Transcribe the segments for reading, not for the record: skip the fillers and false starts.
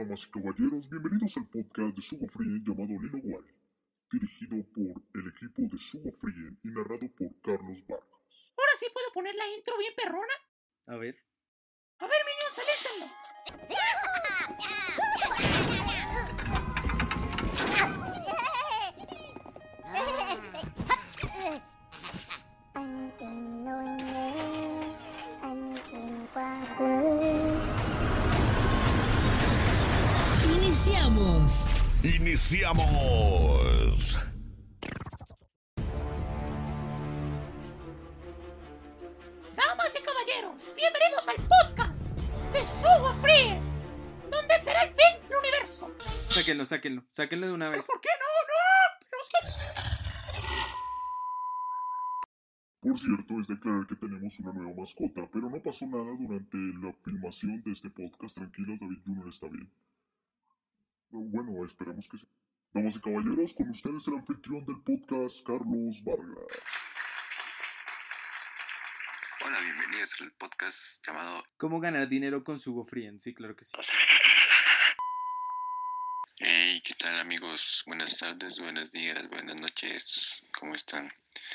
Damas y caballeros, bienvenidos al podcast de Sugo Frien llamado Lilo Wild, dirigido por el equipo de Sugo Frien y narrado por Carlos Vargas. Ahora sí puedo poner la intro bien perrona. A ver. A ver, minions, aléstenlo. ¡Iniciamos! Damas y caballeros, bienvenidos al podcast de Sugo Free, donde será el fin del universo. Sáquenlo de una vez. ¿Por qué no? Pero es que... Por cierto, es declarar que tenemos una nueva mascota, pero no pasó nada durante la filmación de este podcast. Tranquilo, David Jr. está bien. Bueno, esperamos que sí. Damas y caballeros, con ustedes el anfitrión del podcast, Carlos Vargas. Hola, bienvenidos al podcast llamado ¿Cómo ganar dinero con Sugo Frien? Sí, claro que sí. Hey, ¿qué tal amigos? Buenas tardes, buenos días, buenas noches, ¿cómo están?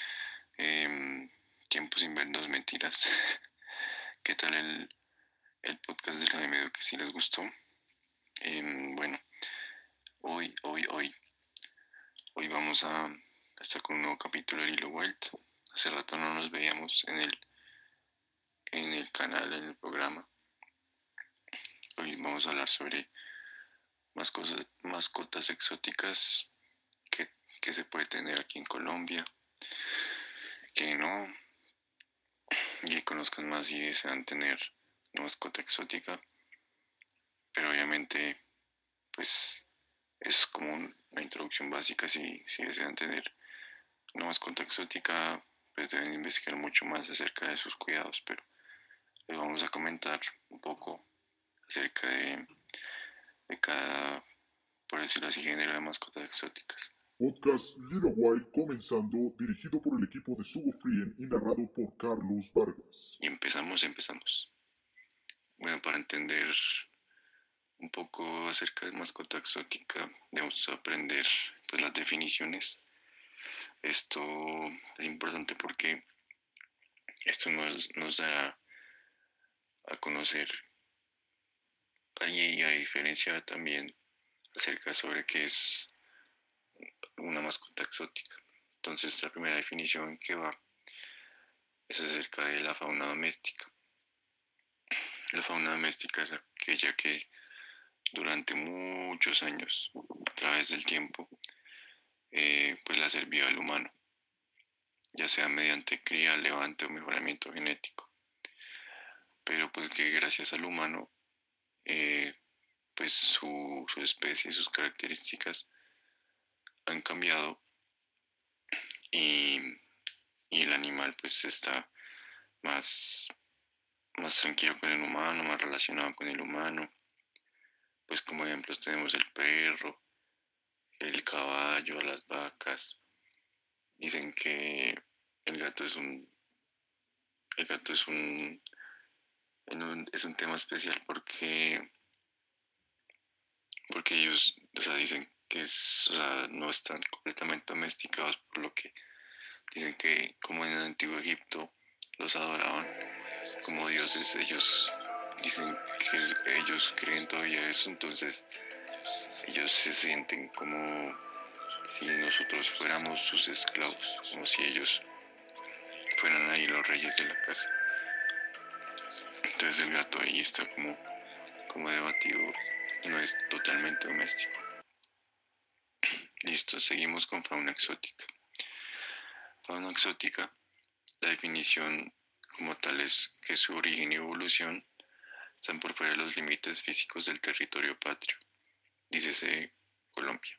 Tiempo sin vernos, mentiras. ¿Qué tal el podcast del anime que sí les gustó? Bueno, hoy vamos a estar con un nuevo capítulo de Lilo Wild. Hace rato no nos veíamos en el canal, en el programa. Hoy vamos a hablar sobre mascotas exóticas que se puede tener aquí en Colombia, que no, y que conozcan más si desean tener una mascota exótica, pero obviamente pues es como una introducción básica. Si desean tener una mascota exótica, pues deben investigar mucho más acerca de sus cuidados, pero les vamos a comentar un poco acerca de cada, por decirlo así, género de mascotas exóticas. Podcast Lilo Wild comenzando, dirigido por el equipo de Sugo Frien y narrado por Carlos Vargas. Y empezamos. Bueno, para entender un poco acerca de mascota exótica, debemos aprender pues las definiciones. Esto es importante porque esto nos dará a conocer y a diferenciar también acerca sobre qué es una mascota exótica. Entonces, la primera definición que va es acerca de la fauna doméstica. La fauna doméstica es aquella que durante muchos años, a través del tiempo, pues la sirvió al humano, ya sea mediante cría, levante o mejoramiento genético. Pero pues que gracias al humano, pues su especie, sus características han cambiado y el animal pues está más tranquilo con el humano, más relacionado con el humano. Pues como ejemplos tenemos el perro, el caballo, las vacas. Dicen que el gato es un tema especial porque ellos, o sea, dicen que no están completamente domesticados, por lo que dicen que como en el antiguo Egipto los adoraban como dioses. Ellos dicen que ellos creen todavía eso, entonces ellos se sienten como si nosotros fuéramos sus esclavos, como si ellos fueran ahí los reyes de la casa. Entonces el gato ahí está como debatido, no es totalmente doméstico. Listo, seguimos con fauna exótica. Fauna exótica, la definición como tal es que su origen y evolución están por fuera de los límites físicos del territorio patrio, dícese Colombia.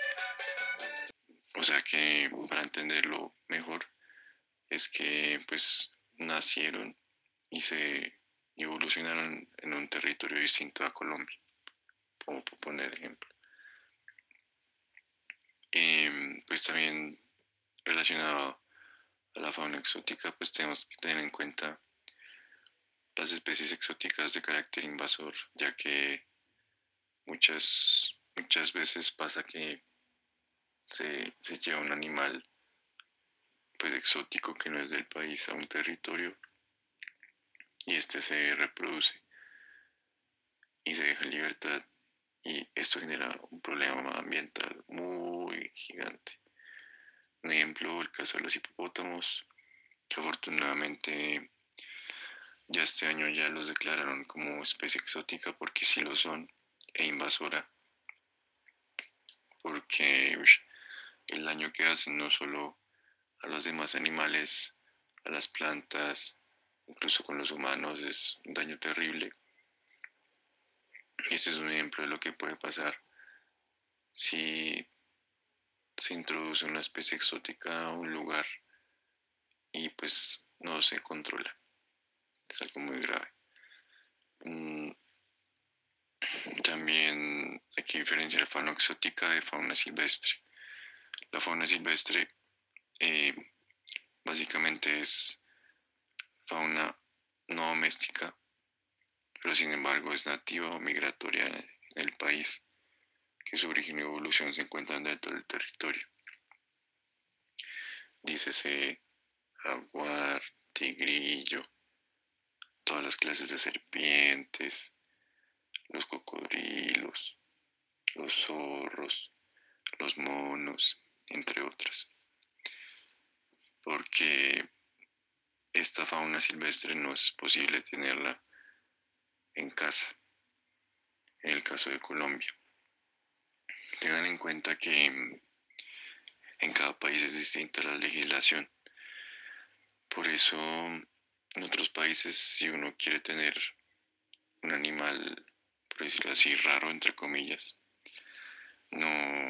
O sea que, para entenderlo mejor, es que pues nacieron y se evolucionaron en un territorio distinto a Colombia, como por poner ejemplo. Pues también relacionado a la fauna exótica, pues tenemos que tener en cuenta las especies exóticas de carácter invasor, ya que, muchas veces pasa que se lleva un animal pues exótico que no es del país a un territorio y este se reproduce y se deja en libertad y esto genera un problema ambiental muy gigante. Un ejemplo, el caso de los hipopótamos, que afortunadamente ya este año ya los declararon como especie exótica porque sí lo son e invasora, porque el daño que hacen no solo a los demás animales, a las plantas, incluso con los humanos es un daño terrible. Y este es un ejemplo de lo que puede pasar si se introduce una especie exótica a un lugar y pues no se controla. Es algo muy grave. Mm, También hay que diferenciar fauna exótica de fauna silvestre. La fauna silvestre eh, básicamente es fauna no doméstica, pero sin embargo es nativa o migratoria en el país, que su origen y evolución se encuentran dentro del territorio. Dícese jaguar, tigrillo, todas las clases de serpientes, los cocodrilos, los zorros, los monos, entre otras. Porque esta fauna silvestre no es posible tenerla en casa, en el caso de Colombia. Tengan en cuenta que en cada país es distinta la legislación. Por eso en otros países si uno quiere tener un animal, por decirlo así, raro, entre comillas, no,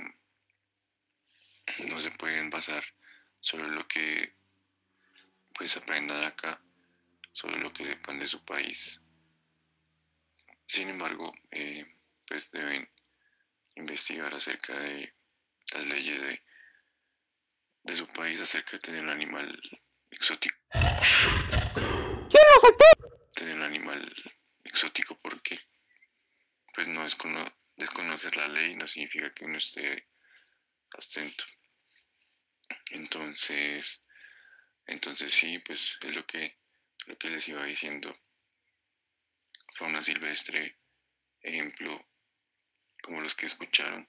no se pueden basar solo en lo que pues aprendan acá, solo lo que sepan de su país. Sin embargo, pues deben investigar acerca de las leyes de su país acerca de tener un animal exótico. ¿Quién lo soltó? Tener un animal exótico porque pues no es desconocer la ley no significa que uno esté abstento. Entonces, sí, pues es lo que les iba diciendo. Fauna silvestre, ejemplo, como los que escucharon,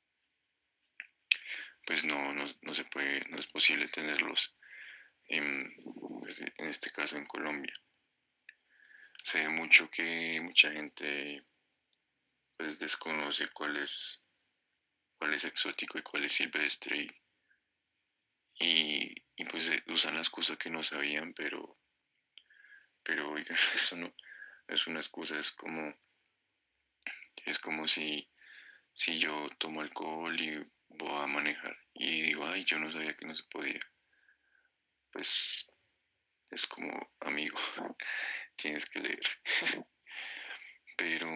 pues no se puede, no es posible tenerlos pues, en este caso en Colombia. Se ve mucho que mucha gente pues desconoce cuál es exótico y cuál es silvestre y pues usan las cosas que no sabían, pero oiga, eso no es una excusa, es como si yo tomo alcohol y voy a manejar y digo, ay, yo no sabía que no se podía. Pues es como, amigo, tienes que leer. Pero,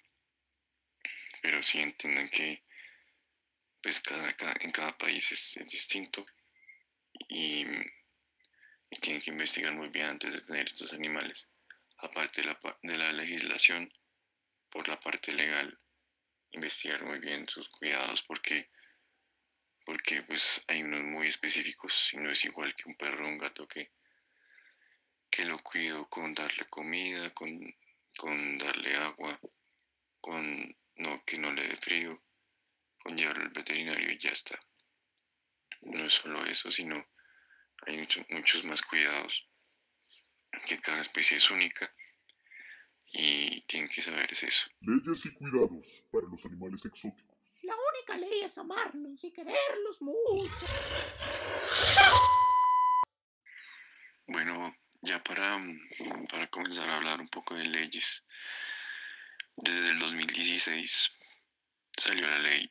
pero sí entiendan que pues en cada país es distinto y, y tienen que investigar muy bien antes de tener estos animales. Aparte de la legislación, por la parte legal, investigar muy bien sus cuidados porque pues hay unos muy específicos y no es igual que un perro o un gato que lo cuido con darle comida, con darle agua, con que no le dé frío, con llevarlo al veterinario y ya está. No es solo eso, sino hay muchos más cuidados, que cada especie es única y tienen que saber es eso. Leyes y cuidados para los animales exóticos. La única ley es amarlos y quererlos mucho. Bueno, ya para comenzar a hablar un poco de leyes, desde el 2016 salió la ley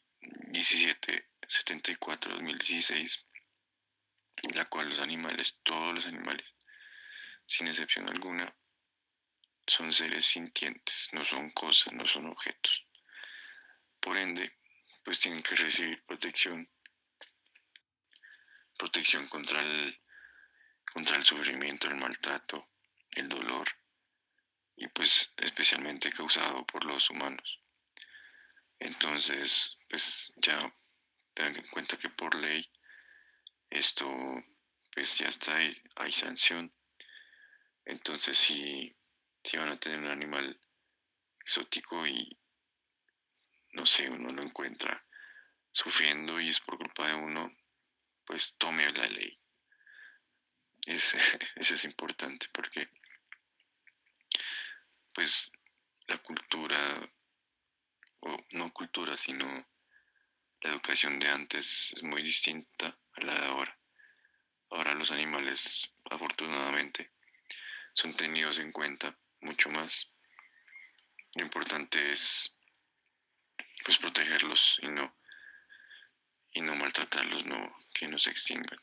1774-2016, la cual los animales, todos los animales, sin excepción alguna, son seres sintientes, no son cosas, no son objetos. Por ende, pues tienen que recibir protección contra el sufrimiento, el maltrato, el dolor y pues especialmente causado por los humanos. Entonces, pues ya tengan en cuenta que por ley esto pues ya está, hay sanción. Entonces si van a tener un animal exótico y no sé, uno lo encuentra sufriendo y es por culpa de uno, pues tome la ley. Eso es importante porque pues la cultura, o no cultura, sino la educación de antes es muy distinta a la de ahora. Ahora los animales, afortunadamente, son tenidos en cuenta mucho más. Lo importante es pues protegerlos y no maltratarlos, no que no se extingan.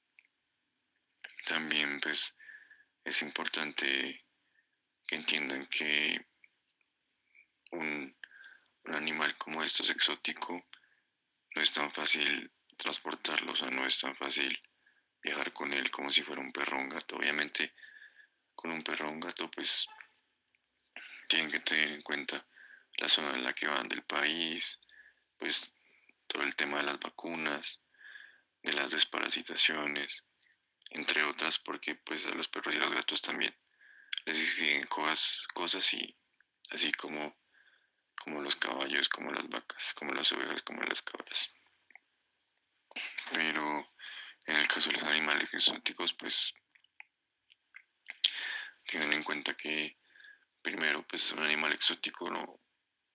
También pues es importante que entiendan que un, un animal como estos exótico no es tan fácil transportarlo, o sea, no es tan fácil viajar con él como si fuera un perro o un gato. Obviamente con un perro o un gato pues tienen que tener en cuenta la zona en la que van del país, pues todo el tema de las vacunas, de las desparasitaciones, entre otras, porque pues a los perros y a los gatos también les exigen cosas y así como los caballos, como las vacas, como las ovejas, como las cabras. Pero en el caso de los animales exóticos, pues tengan en cuenta que primero, pues un animal exótico no, o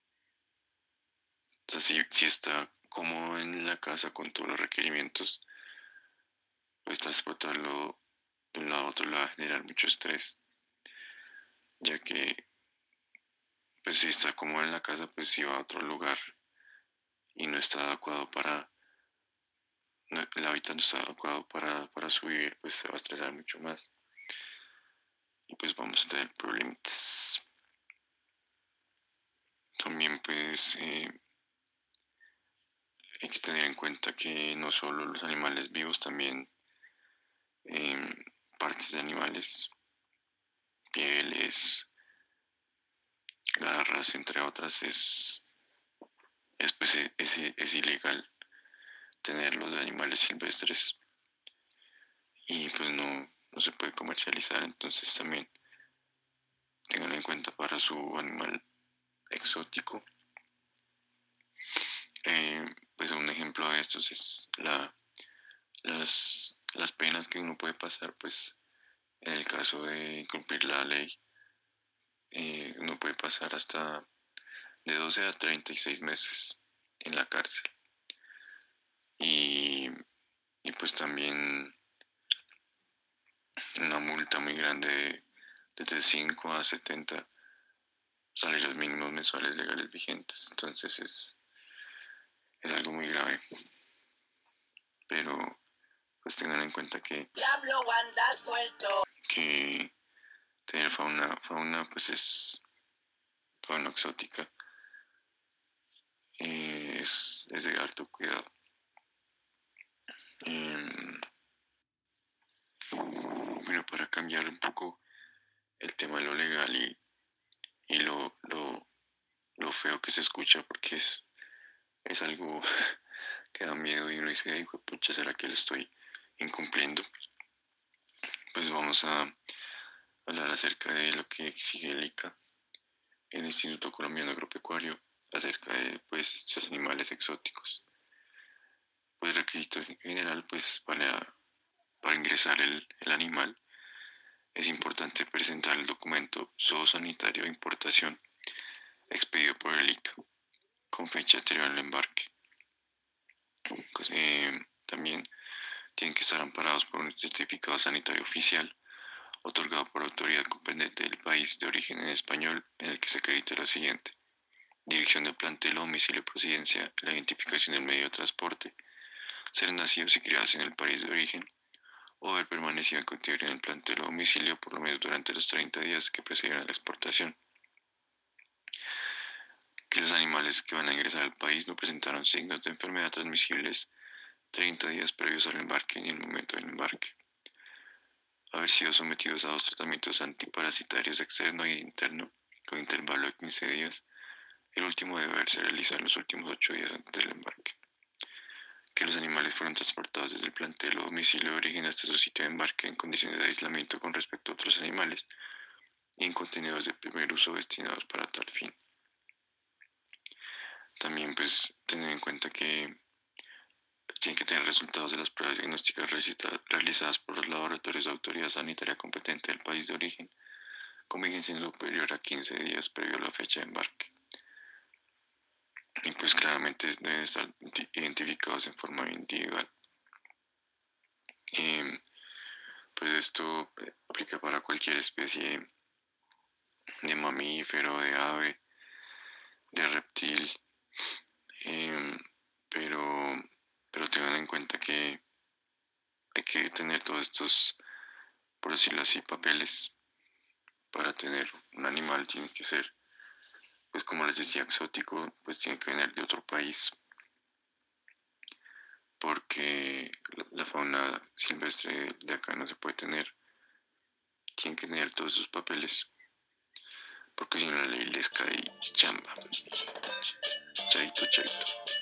sea, si está cómodo en la casa con todos los requerimientos, pues transportarlo de un lado a otro le va a generar mucho estrés, ya que pues si está cómodo en la casa, pues si va a otro lugar y no está adecuado para, no, el hábitat no está adecuado para subir, pues se va a estresar mucho más y pues vamos a tener problemas. También pues hay que tener en cuenta que no solo los animales vivos, también eh, partes de animales, pieles, garras, entre otras, pues, es ilegal tenerlos de animales silvestres y pues no se puede comercializar, entonces también tengan en cuenta para su animal exótico. Eh, pues un ejemplo de estos es las penas que uno puede pasar, pues en el caso de incumplir la ley, uno puede pasar hasta de 12 a 36 meses en la cárcel. Y, y pues también una multa muy grande de desde 5 a 70 salarios mínimos mensuales legales vigentes. Entonces es algo muy grave. Pero pues tengan en cuenta Diablo anda suelto. que tener fauna pues es fauna exótica. Es de harto cuidado. Eh, bueno, para cambiar un poco el tema de lo legal y lo feo que se escucha, porque es algo que da miedo y uno dice, ay, pucha, ¿será que lo estoy incumpliendo? Pues vamos a hablar acerca de lo que exige el ICA, el Instituto Colombiano Agropecuario, acerca de pues estos animales exóticos. Pues requisito general, pues para ingresar el animal es importante presentar el documento zoosanitario de importación expedido por el ICA con fecha anterior al embarque. Pues, también tienen que estar amparados por un certificado sanitario oficial otorgado por autoridad competente del país de origen en español en el que se acredite lo siguiente: dirección de plantel o domicilio de procedencia, la identificación del medio de transporte, ser nacidos y criados en el país de origen o haber permanecido en cautiverio en el plantel o domicilio por lo menos durante los 30 días que precedieron a la exportación. Que los animales que van a ingresar al país no presentaron signos de enfermedad transmisibles 30 días previos al embarque y en el momento del embarque. Haber sido sometidos a 2 tratamientos antiparasitarios externo e interno con intervalo de 15 días El último debe haberse realizado en los últimos 8 días antes del embarque. Que los animales fueron transportados desde el plantel o domicilio de origen hasta su sitio de embarque en condiciones de aislamiento con respecto a otros animales y en contenedores de primer uso destinados para tal fin. También pues tener en cuenta que tienen que tener resultados de las pruebas diagnósticas realizadas por los laboratorios de autoridad sanitaria competente del país de origen, con vigencia superior a 15 días previo a la fecha de embarque. Y pues claramente deben estar identificados en forma individual. Pues esto aplica para cualquier especie de mamífero, de ave, de reptil, pero, pero tengan en cuenta que hay que tener todos estos, por decirlo así, papeles para tener un animal. Tiene que ser, pues como les decía, exótico, pues tiene que venir de otro país, porque la fauna silvestre de acá no se puede tener. Tienen que tener todos esos papeles, porque si no la ley les cae chamba. Chaito, chaito.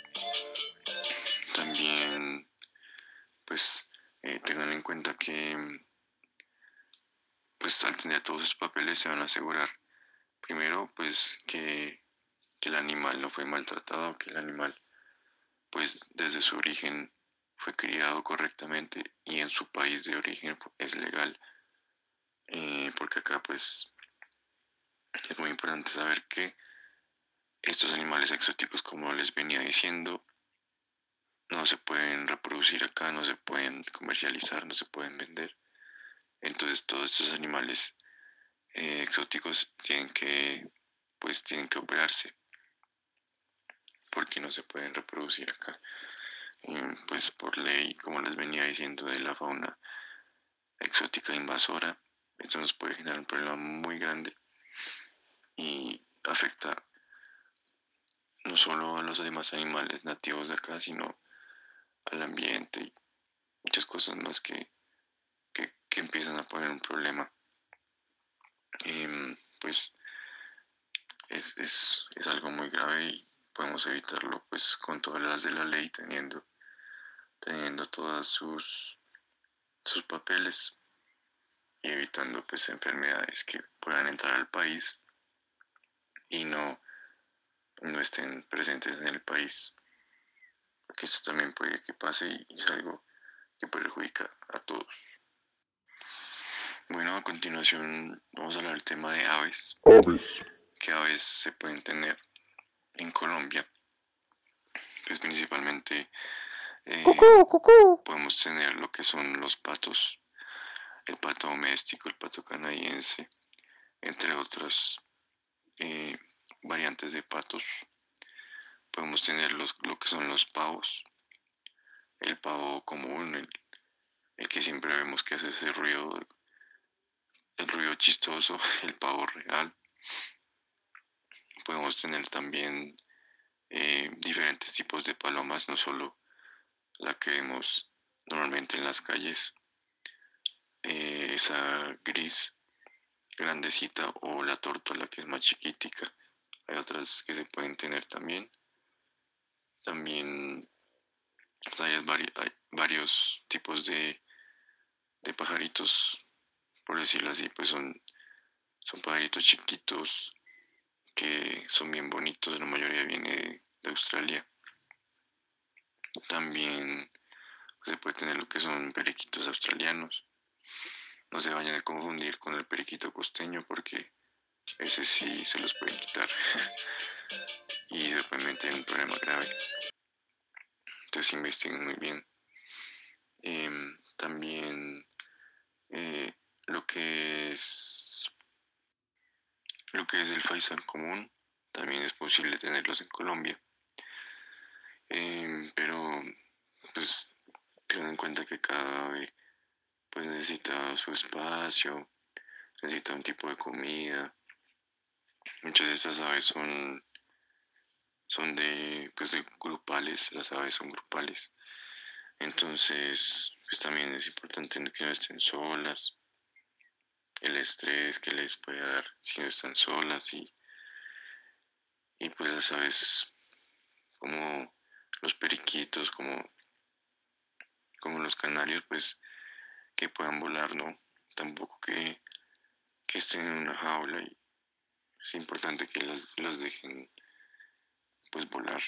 También, pues, tengan en cuenta que, pues, al tener todos esos papeles se van a asegurar, primero, pues, que el animal no fue maltratado, que el animal, pues, desde su origen fue criado correctamente y en su país de origen es legal, porque acá, pues, es muy importante saber que estos animales exóticos, como les venía diciendo, no se pueden reproducir acá, no se pueden comercializar, no se pueden vender. Entonces todos estos animales exóticos tienen que operarse porque no se pueden reproducir acá. Pues por ley, como les venía diciendo, de la fauna exótica invasora, esto nos puede generar un problema muy grande y afecta no solo a los demás animales nativos de acá, sino al ambiente y muchas cosas más que empiezan a poner un problema. Pues es algo muy grave y podemos evitarlo pues con todas las de la ley, teniendo todas sus papeles y evitando pues enfermedades que puedan entrar al país y no estén presentes en el país, porque esto también puede que pase y es algo que perjudica a todos. Bueno, a continuación vamos a hablar del tema de aves. Aves. ¿Qué aves se pueden tener en Colombia? Pues principalmente podemos tener lo que son los patos, el pato doméstico, el pato canadiense, entre otras eh, variantes de patos. Podemos tener lo que son los pavos, el pavo común, el que siempre vemos que hace ese ruido, el ruido chistoso, el pavo real. Podemos tener también diferentes tipos de palomas, no solo la que vemos normalmente en las calles, esa gris grandecita o la tórtola que es más chiquitica. Hay otras que se pueden tener también. También hay varios tipos de pajaritos, por decirlo así, pues son pajaritos chiquitos que son bien bonitos, la mayoría viene de Australia. También se puede tener lo que son periquitos australianos. No se vayan a confundir con el periquito costeño porque ese sí se los pueden quitar y se pueden meter en un problema grave. Entonces investiguen muy bien. También eh, lo que es el faisán común, también es posible tenerlos en Colombia. Pero pues tengan en cuenta que cada ave pues necesita su espacio, necesita un tipo de comida. Muchas de estas aves son de grupales, las aves son grupales. Entonces, pues también es importante que no estén solas, el estrés que les puede dar si no están solas y pues a sabes como los periquitos, como los canarios, pues que puedan volar, ¿no? Tampoco que estén en una jaula y es importante que los dejen pues volar,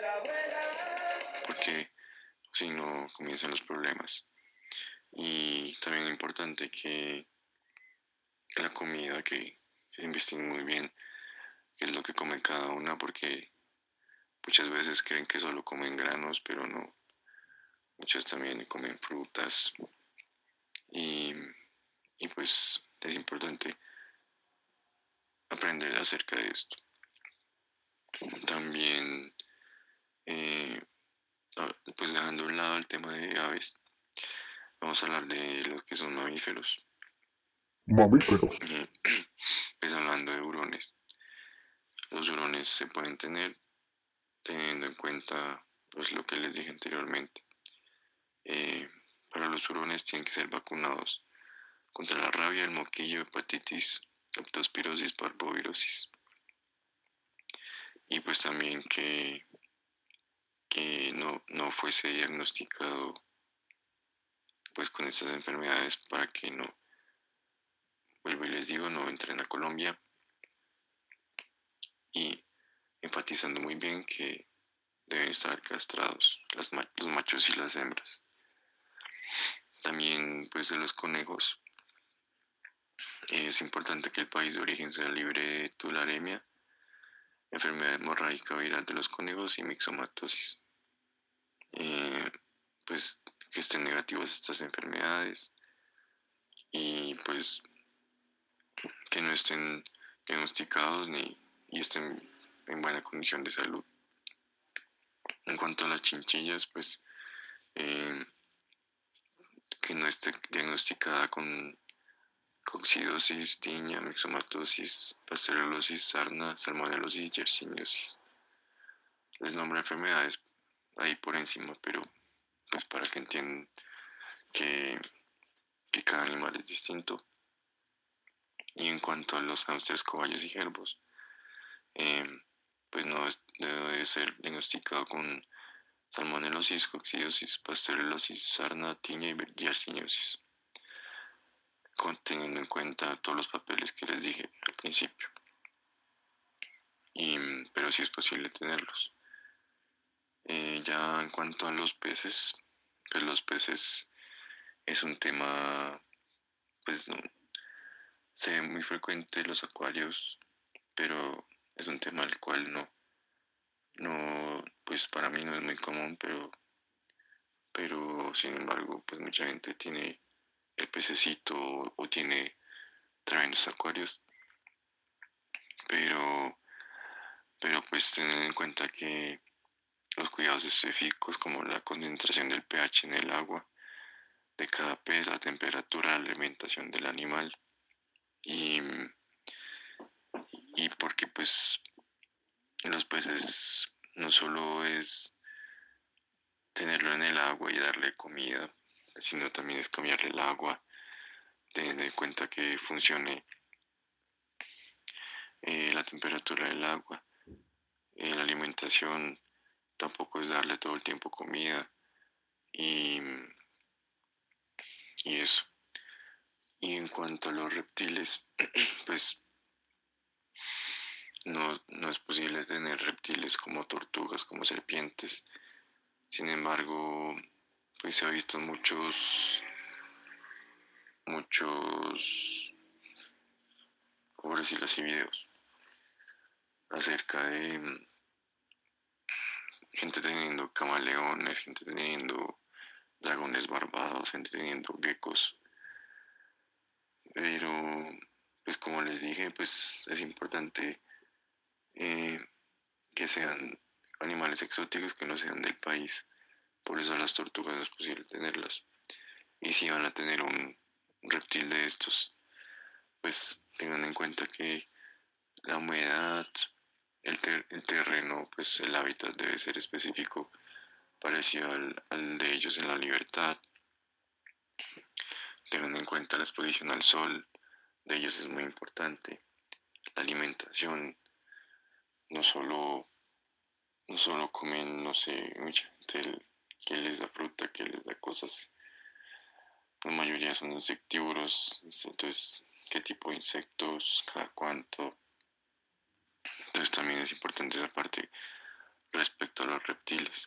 porque si no comienzan los problemas. Y también es importante que la comida, que se investiguen muy bien qué es lo que come cada una, porque muchas veces creen que solo comen granos, pero no. Muchas también comen frutas y, y pues es importante aprender acerca de esto. También, eh, pues dejando a un lado el tema de aves, vamos a hablar de los que son mamíferos. Mamíferos. Pues hablando de hurones, los hurones se pueden tener teniendo en cuenta pues lo que les dije anteriormente. Eh, para los hurones tienen que ser vacunados contra la rabia, el moquillo, hepatitis, leptospirosis, parvovirosis. Y pues también que no fuese diagnosticado pues con estas enfermedades para que no, vuelvo y les digo, no entren a Colombia y enfatizando muy bien que deben estar castrados los machos y las hembras. También pues de los conejos es importante que el país de origen sea libre de tularemia, enfermedad hemorrágica viral de los conejos y mixomatosis. Eh, pues que estén negativas estas enfermedades y pues que no estén diagnosticados ni y estén en buena condición de salud. En cuanto a las chinchillas, pues eh, que no esté diagnosticada con coccidosis, tiña, mixomatosis, pasteurolosis, sarna, salmonelosis y yersiniosis. Les nombro enfermedades ahí por encima, pero pues para que entiendan que, que cada animal es distinto. Y en cuanto a los hámsters, cobayos y gerbos, eh, pues no debe ser diagnosticado con salmonelosis, coccidiosis, pasteurolosis, sarna, tiña y yersiniosis, teniendo en cuenta todos los papeles que les dije al principio. Pero sí es posible tenerlos. Ya en cuanto a los peces, pues los peces es un tema, pues no, se ve muy frecuente en los acuarios, pero es un tema al cual no, pues para mí no es muy común, pero sin embargo, pues mucha gente tiene el pececito o traen los acuarios, pero, pero pues tener en cuenta que los cuidados específicos como la concentración del pH en el agua de cada pez, la temperatura, la alimentación del animal y, y porque pues los peces no solo es tenerlo en el agua y darle comida, sino también es cambiarle el agua, teniendo en cuenta que funcione la temperatura del agua, la alimentación, tampoco es darle todo el tiempo comida y, y eso. Y en cuanto a los reptiles, pues no es posible tener reptiles como tortugas, como serpientes. Sin embargo, pues se ha visto muchos, por decirlo así, videos acerca de gente teniendo camaleones, gente teniendo dragones barbados, gente teniendo geckos. Pero, pues como les dije, pues es importante eh, que sean animales exóticos que no sean del país. Por eso las tortugas no es posible tenerlas. Y si van a tener un reptil de estos, pues tengan en cuenta que la humedad, el terreno, pues el hábitat debe ser específico, parecido al de ellos en la libertad. Tengan en cuenta la exposición al sol, de ellos es muy importante. La alimentación, no solo, no solo comen, no sé, mucha gente que les da fruta, que les da cosas. La mayoría son insectívoros, entonces, ¿qué tipo de insectos? ¿Cada cuánto? Entonces también es importante esa parte respecto a los reptiles.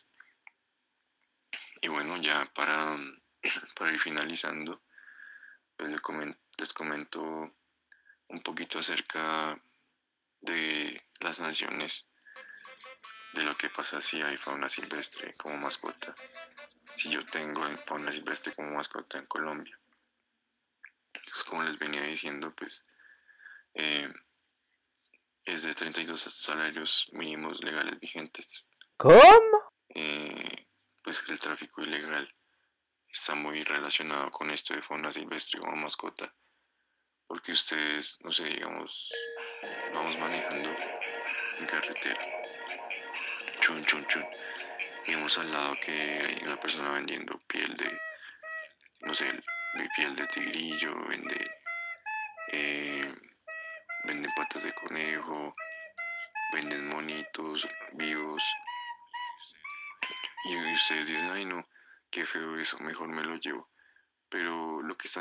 Y bueno, ya para ir finalizando, pues les comento un poquito acerca de las sanciones, de lo que pasa si hay fauna silvestre como mascota, si yo tengo fauna silvestre como mascota en Colombia. Pues como les venía diciendo, pues eh, es de 32 salarios mínimos legales vigentes. ¿Cómo? Pues el tráfico ilegal está muy relacionado con esto de fauna silvestre como mascota, porque ustedes, no sé, digamos, vamos manejando en carretera, chun, chun, chun, y vemos al lado que hay una persona vendiendo piel de, no sé, piel de tigrillo, eh, venden patas de conejo, venden monitos vivos, y ustedes dicen, ay no, qué feo eso, mejor me lo llevo. Pero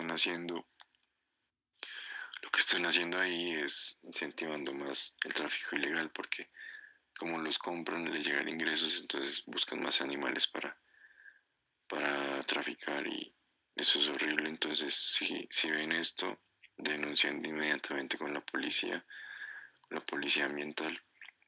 lo que están haciendo ahí es incentivando más el tráfico ilegal, porque como los compran les llegan ingresos, entonces buscan más animales para traficar, y eso es horrible. Entonces si ven esto, denuncian inmediatamente con la policía ambiental,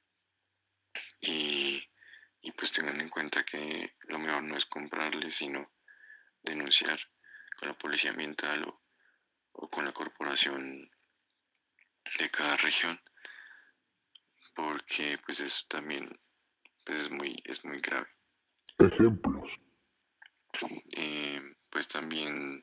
y, y pues tengan en cuenta que lo mejor no es comprarles, sino denunciar con la policía ambiental o con la corporación de cada región, porque pues eso también pues es muy grave. Ejemplos. Pues también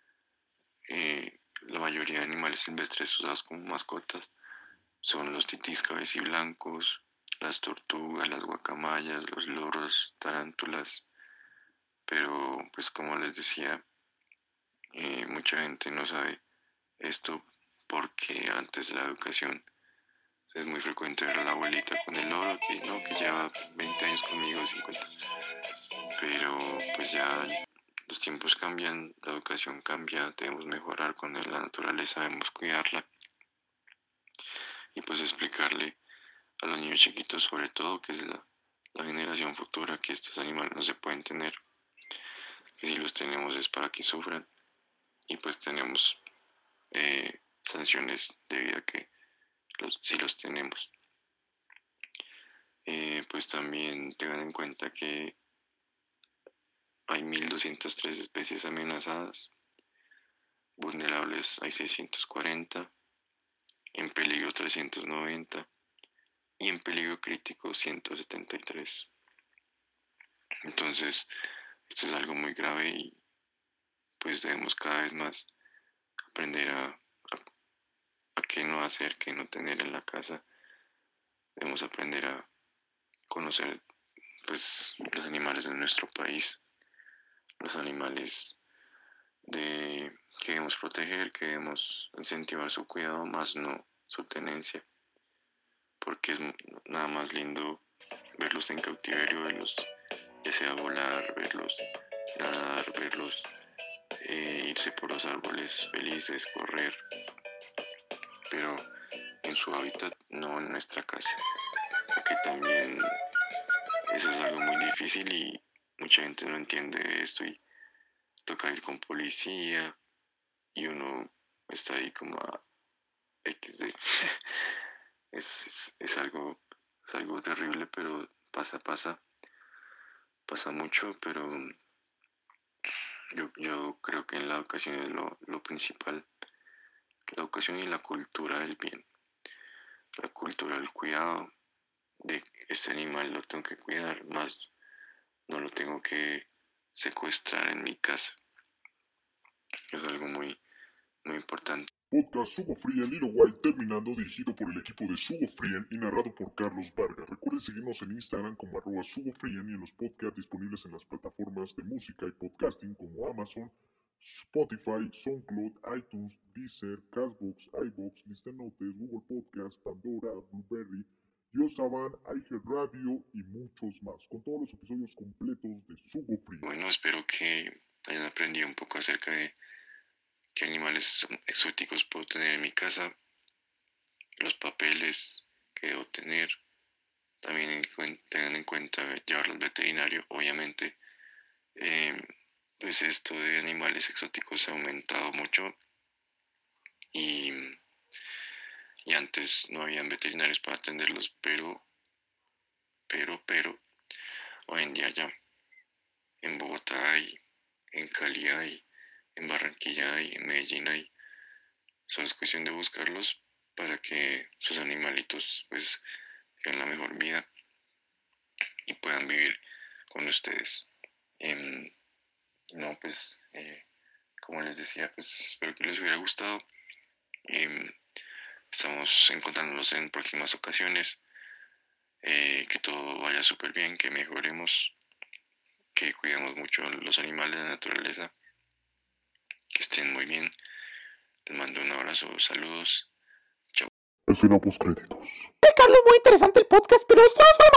la mayoría de animales silvestres usados como mascotas son los titís cabeciblancos, las tortugas, las guacamayas, los loros, tarántulas, pero pues como les decía, mucha gente no sabe esto porque antes de la educación es muy frecuente ver a la abuelita con el loro que lleva 20 años conmigo, 50, pero pues ya los tiempos cambian, la educación cambia, debemos mejorar con la naturaleza, debemos cuidarla y pues explicarle a los niños chiquitos, sobre todo, que es la generación futura, que estos animales no se pueden tener, que si los tenemos es para que sufran, y pues tenemos sanciones debido a que si los tenemos. Pues también tengan en cuenta que hay 1.203 especies amenazadas, vulnerables hay 640, en peligro 390 y en peligro crítico 173. Entonces, esto es algo muy grave, y pues debemos cada vez más aprender a qué no hacer, qué no tener en la casa. Debemos aprender a conocer pues los animales de nuestro país, los animales que debemos proteger, que debemos incentivar su cuidado, más no su tenencia, porque es nada más lindo verlos en cautiverio, verlos ya sea volar, verlos nadar, verlos irse por los árboles felices, correr, pero en su hábitat, no en nuestra casa, porque también eso es algo muy difícil y mucha gente no entiende esto, y toca ir con policía y uno está ahí como a XD. Es algo terrible, pero pasa mucho, pero yo creo que en la educación es lo principal, la educación y la cultura del bien, la cultura del cuidado, de este animal lo tengo que cuidar, más no lo tengo que secuestrar en mi casa. Es algo muy, muy importante. Podcast Sugo Free and Little White terminando, dirigido por el equipo de Sugo Frien y narrado por Carlos Vargas. Recuerden seguirnos en Instagram como @SugoFrien y en los podcasts disponibles en las plataformas de música y podcasting como Amazon, Spotify, SoundCloud, iTunes, Deezer, Castbox, iVoox, Listen Notes, Google Podcast, Pandora, Blueberry Diosaban, iHeartRadio y muchos más, con todos los episodios completos de Sugo Free. Bueno, espero que hayan aprendido un poco acerca de qué animales exóticos puedo tener en mi casa, los papeles que debo tener. También tengan en cuenta llevarlos al veterinario, obviamente. Pues esto de animales exóticos ha aumentado mucho y antes no habían veterinarios para atenderlos, pero hoy en día ya en Bogotá hay, en Cali hay, en Barranquilla hay, en Medellín hay. Solo es cuestión de buscarlos para que sus animalitos pues tengan la mejor vida y puedan vivir con ustedes. No, pues como les decía, pues espero que les hubiera gustado. Estamos encontrándonos en próximas ocasiones. Que todo vaya súper bien, que mejoremos, que cuidemos mucho los animales, la naturaleza, que estén muy bien. Les mando un abrazo, saludos. Escena postcréditos. Carlos, muy interesante el podcast, pero esto no es